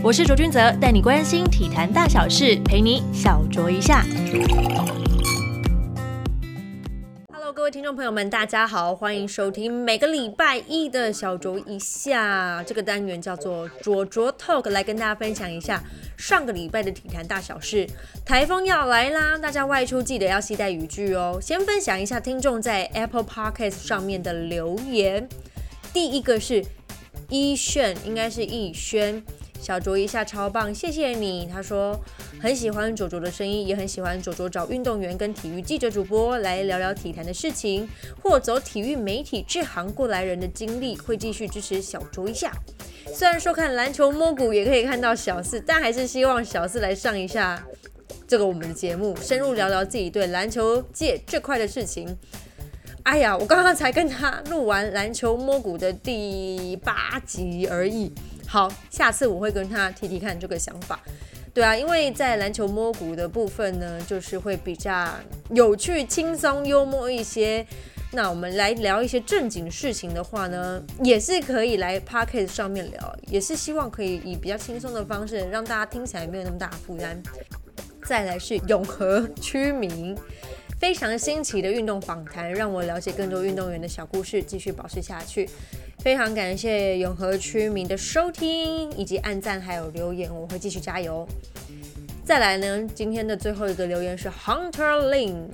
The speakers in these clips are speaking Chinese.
我是卓君泽，带你关心体坛大小事，陪你小酌一下。Hello， 各位听众朋友们，大家好，欢迎收听每个礼拜一的小酌一下，这个单元叫做卓卓 Talk， 来跟大家分享一下上个礼拜的体坛大小事。台风要来啦，大家外出记得要携带雨具哦。先分享一下听众在 Apple Podcast 上面的留言，第一个是一炫，应该是逸轩。小酌一下超棒，谢谢你。他说很喜欢卓卓的声音，也很喜欢卓卓找运动员跟体育记者主播来聊聊体坛的事情，或走体育媒体这行过来人的经历，会继续支持小酌一下。虽然说看篮球摸骨也可以看到小四，但还是希望小四来上一下这个我们的节目，深入聊聊自己对篮球界这块的事情。哎呀，我刚刚才跟他录完篮球摸骨的第8集而已。好，下次我会跟他提提看这个想法。对啊，因为在篮球摸骨的部分呢，就是会比较有趣、轻松、幽默一些。那我们来聊一些正经事情的话呢，也是可以来 Podcast 上面聊，也是希望可以以比较轻松的方式，让大家听起来没有那么大的负担。再来是永和区民。非常新奇的运动访谈，让我了解更多运动员的小故事，继续保持下去。非常感谢永和区民的收听以及按赞还有留言，我会继续加油。再来呢，今天的最后一个留言是 Hunter Lin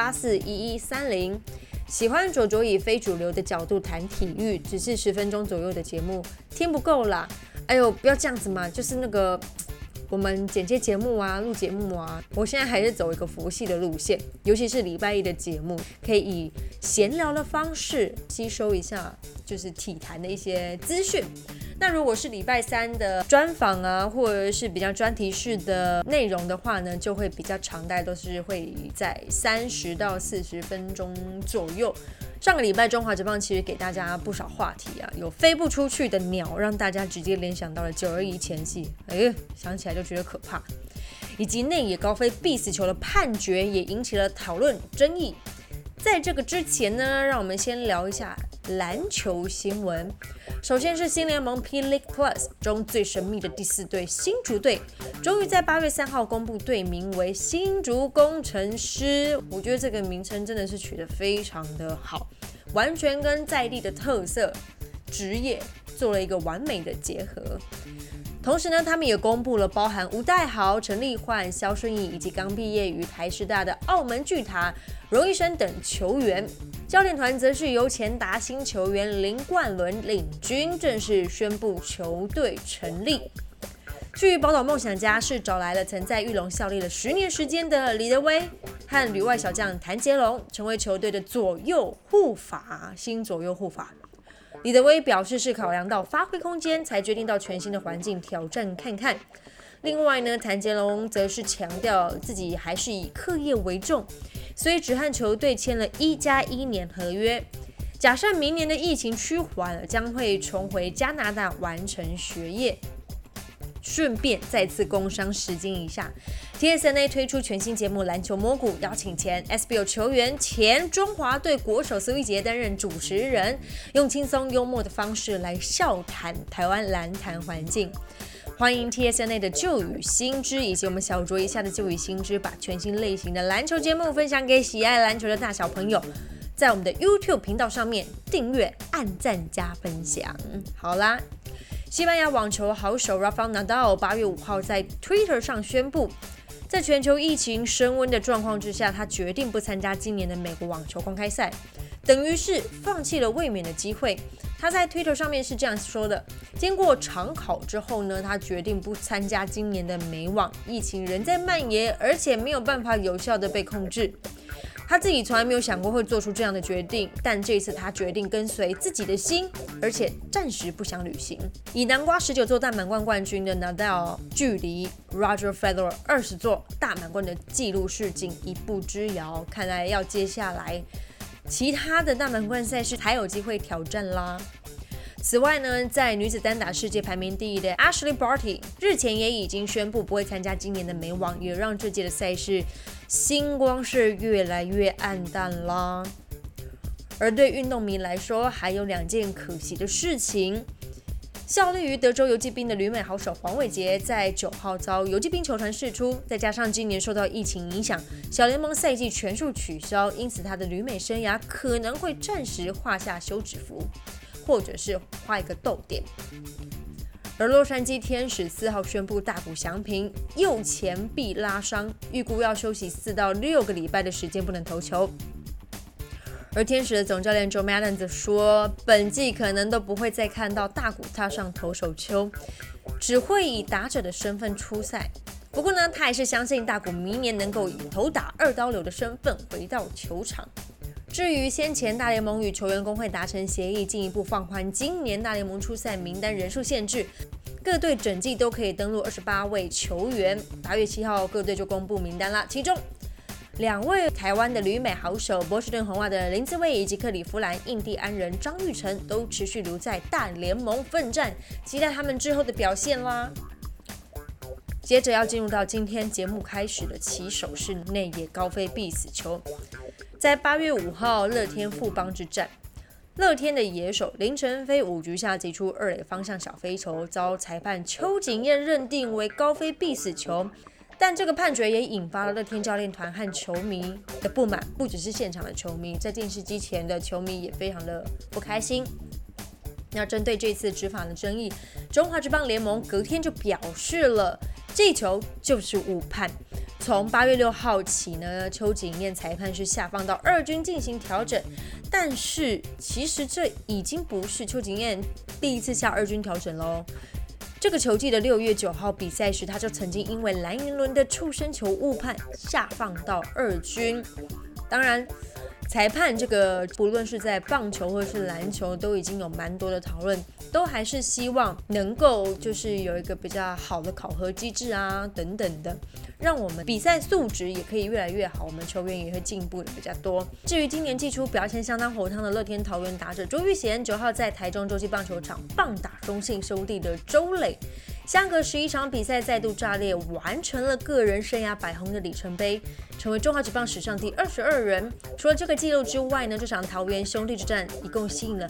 841130，喜欢卓卓以非主流的角度谈体育，只是10分钟左右的节目，听不够啦。哎呦，不要这样子嘛，就是那个。我们剪接节目啊，录节目啊，我现在还是走一个佛系的路线，尤其是礼拜一的节目，可以以闲聊的方式吸收一下，就是体坛的一些资讯。那如果是礼拜三的专访啊，或者是比较专题式的内容的话呢，就会比较长，大概都是会在30到40分钟左右。上个礼拜中华职棒其实给大家不少话题啊，有飞不出去的鸟，让大家直接联想到了921前夕，想起来就觉得可怕。以及内野高飞必死球的判决也引起了讨论争议。在这个之前呢，让我们先聊一下篮球新闻。首先是新联盟 P-League Plus 中最神秘的第4队新竹队，终于在8月3号公布队名为新竹工程师。我觉得这个名称真的是取得非常的好，完全跟在地的特色职业做了一个完美的结合。同时呢，他们也公布了包含吴岱豪、陈立焕、肖顺义以及刚毕业于台师大的澳门巨塔荣一生等球员。教练团则是由前达兴球员林冠伦领军，正式宣布球队成立。至于宝岛梦想家是找来了曾在裕隆效力了10年时间的李德威和旅外小将谭杰龙，成为球队的左右护法，新左右护法。李德威表示是考量到发挥空间，才决定到全新的环境挑战看看。另外呢，谭杰龙则是强调自己还是以课业为重，所以只和球队签了1+1年合约。假设明年的疫情趋缓了，将会重回加拿大完成学业。顺便再次工商时间一下 ，TSNA 推出全新节目《篮球摸骨》，邀请前 SBL 球员、前中华队国手苏一杰担任主持人，用轻松幽默的方式来笑谈台湾篮坛环境。欢迎 TSNA 的旧与新知，以及我们小酌一下的旧与新知，把全新类型的篮球节目分享给喜爱篮球的大小朋友。在我们的 YouTube 频道上面订阅、按赞、加分享。好啦。西班牙网球好手 Rafael Nadal 8月5号在 Twitter 上宣布，在全球疫情升温的状况之下，他决定不参加今年的美国网球公开赛，等于是放弃了卫冕的机会。他在 Twitter 上面是这样说的：经过长考之后呢，他决定不参加今年的美网，疫情仍在蔓延，而且没有办法有效的被控制。他自己从来没有想过会做出这样的决定，但这一次他决定跟随自己的心，而且暂时不想旅行。以南瓜19座大满贯冠军的 Nadal 距离 Roger Federer 20座大满贯的纪录是仅一步之遥，看来要接下来其他的大满贯赛事才有机会挑战啦。此外呢，在女子单打世界排名第1的 Ashley Barty 日前也已经宣布不会参加今年的美网，也让这届的赛事星光是越来越暗淡啦。而对运动迷来说，还有2件可惜的事情。 效力于德州游骑兵的旅美好手黄伟杰在9号遭游骑兵球团释出，再加上今年受到疫情影响，小联盟赛季全数取消，因此他的旅美生涯可能会暂时画下休止符，或者是画一个逗点。而洛杉矶天使4号宣布大谷翔平右前臂拉伤，预估要休息4到6个礼拜的时间不能投球。而天使的总教练 Joe Maddon 则说，本季可能都不会再看到大谷踏上投手丘，只会以打者的身份出赛。不过呢，他还是相信大谷明年能够以投打2刀流的身份回到球场。至于先前大联盟与球员工会达成协议，进一步放宽今年大联盟出赛名单人数限制，各队整季都可以登录28位球员。8月7号，各队就公布名单啦，其中2位台湾的旅美好手波士顿红袜的林志伟以及克利夫兰印第安人张育成都持续留在大联盟奋战，期待他们之后的表现啦。接着要进入到今天节目开始的起手式内野高飞必死球。在8月5号乐天富邦之战，乐天的野手林承飞5局下击出2垒方向小飞球，遭裁判邱景彦认定为高飞必死球。但这个判决也引发了乐天教练团和球迷的不满，不只是现场的球迷，在电视机前的球迷也非常的不开心。那针对这次执法的争议，中华职棒联盟隔天就表示了，这球就是误判。从8月6号起呢，邱景彦裁判是下放到2军进行调整，但是其实这已经不是邱景彦第一次下2军调整咯。这个球季的6月9号比赛时，他就曾经因为蓝银轮的触身球误判下放到2军。当然，裁判这个不论是在棒球或是篮球，都已经有蛮多的讨论，都还是希望能够就是有一个比较好的考核机制啊等等的，让我们比赛素质也可以越来越好，我们球员也会进步的比较多。至于今年季初表现相当火烫的乐天桃园打者周玉贤，9号在台中洲际棒球场棒打中信兄弟的周磊，相隔11场比赛再度炸裂，完成了个人生涯100轰的里程碑，成为中华职棒史上第22人。除了这个纪录之外呢，这场桃园兄弟之战一共吸引了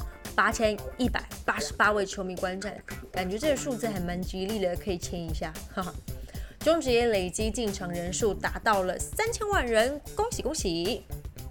8188位球迷观战，感觉这个数字还蛮吉利的，可以签一下，哈哈。中职也累积进场人数达到了3000万人，恭喜恭喜！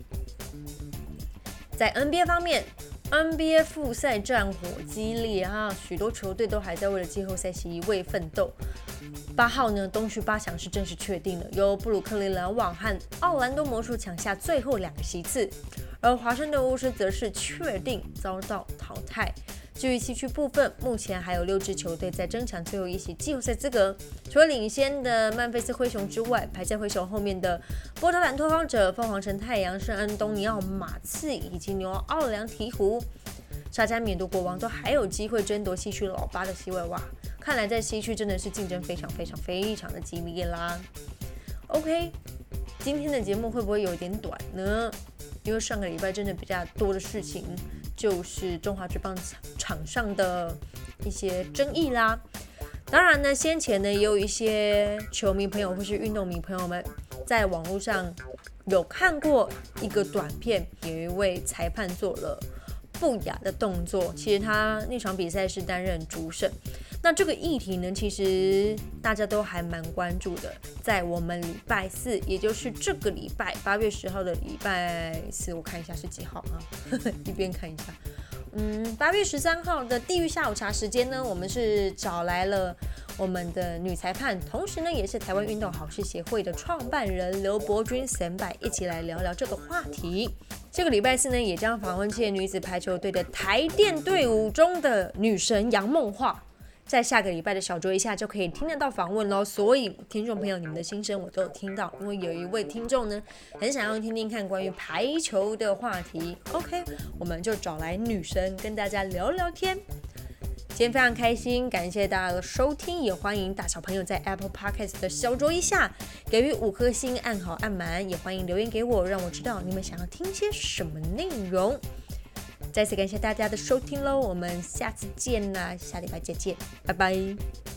在 NBA 方面，NBA 复赛战火激烈啊，许多球队都还在为了季后赛席位奋斗。8号呢，东区8强是正式确定了，由布鲁克林篮网和奥兰多魔术抢下最后2个席次，而华盛顿巫师则是确定遭到淘汰。至于西区部分，目前还有6支球队在争抢最后1席季后赛资格。除了领先的曼菲斯灰熊之外，排在灰熊后面的波特兰拓荒者、凤凰城太阳、圣安东尼奥马刺以及纽奥良鹈鹕、沙加缅度国王都还有机会争夺西区老8的席位。哇，看来在西区真的是竞争非常的激烈啦。OK， 今天的节目会不会有点短呢？因为上个礼拜真的比较多的事情，就是中华职棒场上的一些争议啦。当然呢，先前呢也有一些球迷朋友或是运动迷朋友们在网络上有看过一个短片，有一位裁判做了不雅的动作，其实他那场比赛是担任主审。那这个议题呢，其实大家都还蛮关注的。在我们礼拜4，也就是这个礼拜8月10号的礼拜4，我看一下是几号啊？一边看一下。8月13号的地狱下午茶时间呢，我们是找来了我们的女裁判，同时呢也是台湾运动好事协会的创办人刘伯君先輩一起来聊聊这个话题。这个礼拜4呢，也将访问企业女子排球队的台电队伍中的女神杨梦桦。在下个礼拜的小酌一下就可以听得到访问咯，所以听众朋友，你们的心声我都有听到，因为有一位听众呢很想要听听看关于排球的话题。 OK， 我们就找来女神跟大家聊聊天。今天非常开心，感谢大家的收听，也欢迎大小朋友在 Apple Podcast 的小酌一下给予5颗星，按好按满，也欢迎留言给我，让我知道你们想要听些什么内容。再次感谢大家的收听咯，我们下次见啦，下礼拜再见，拜拜。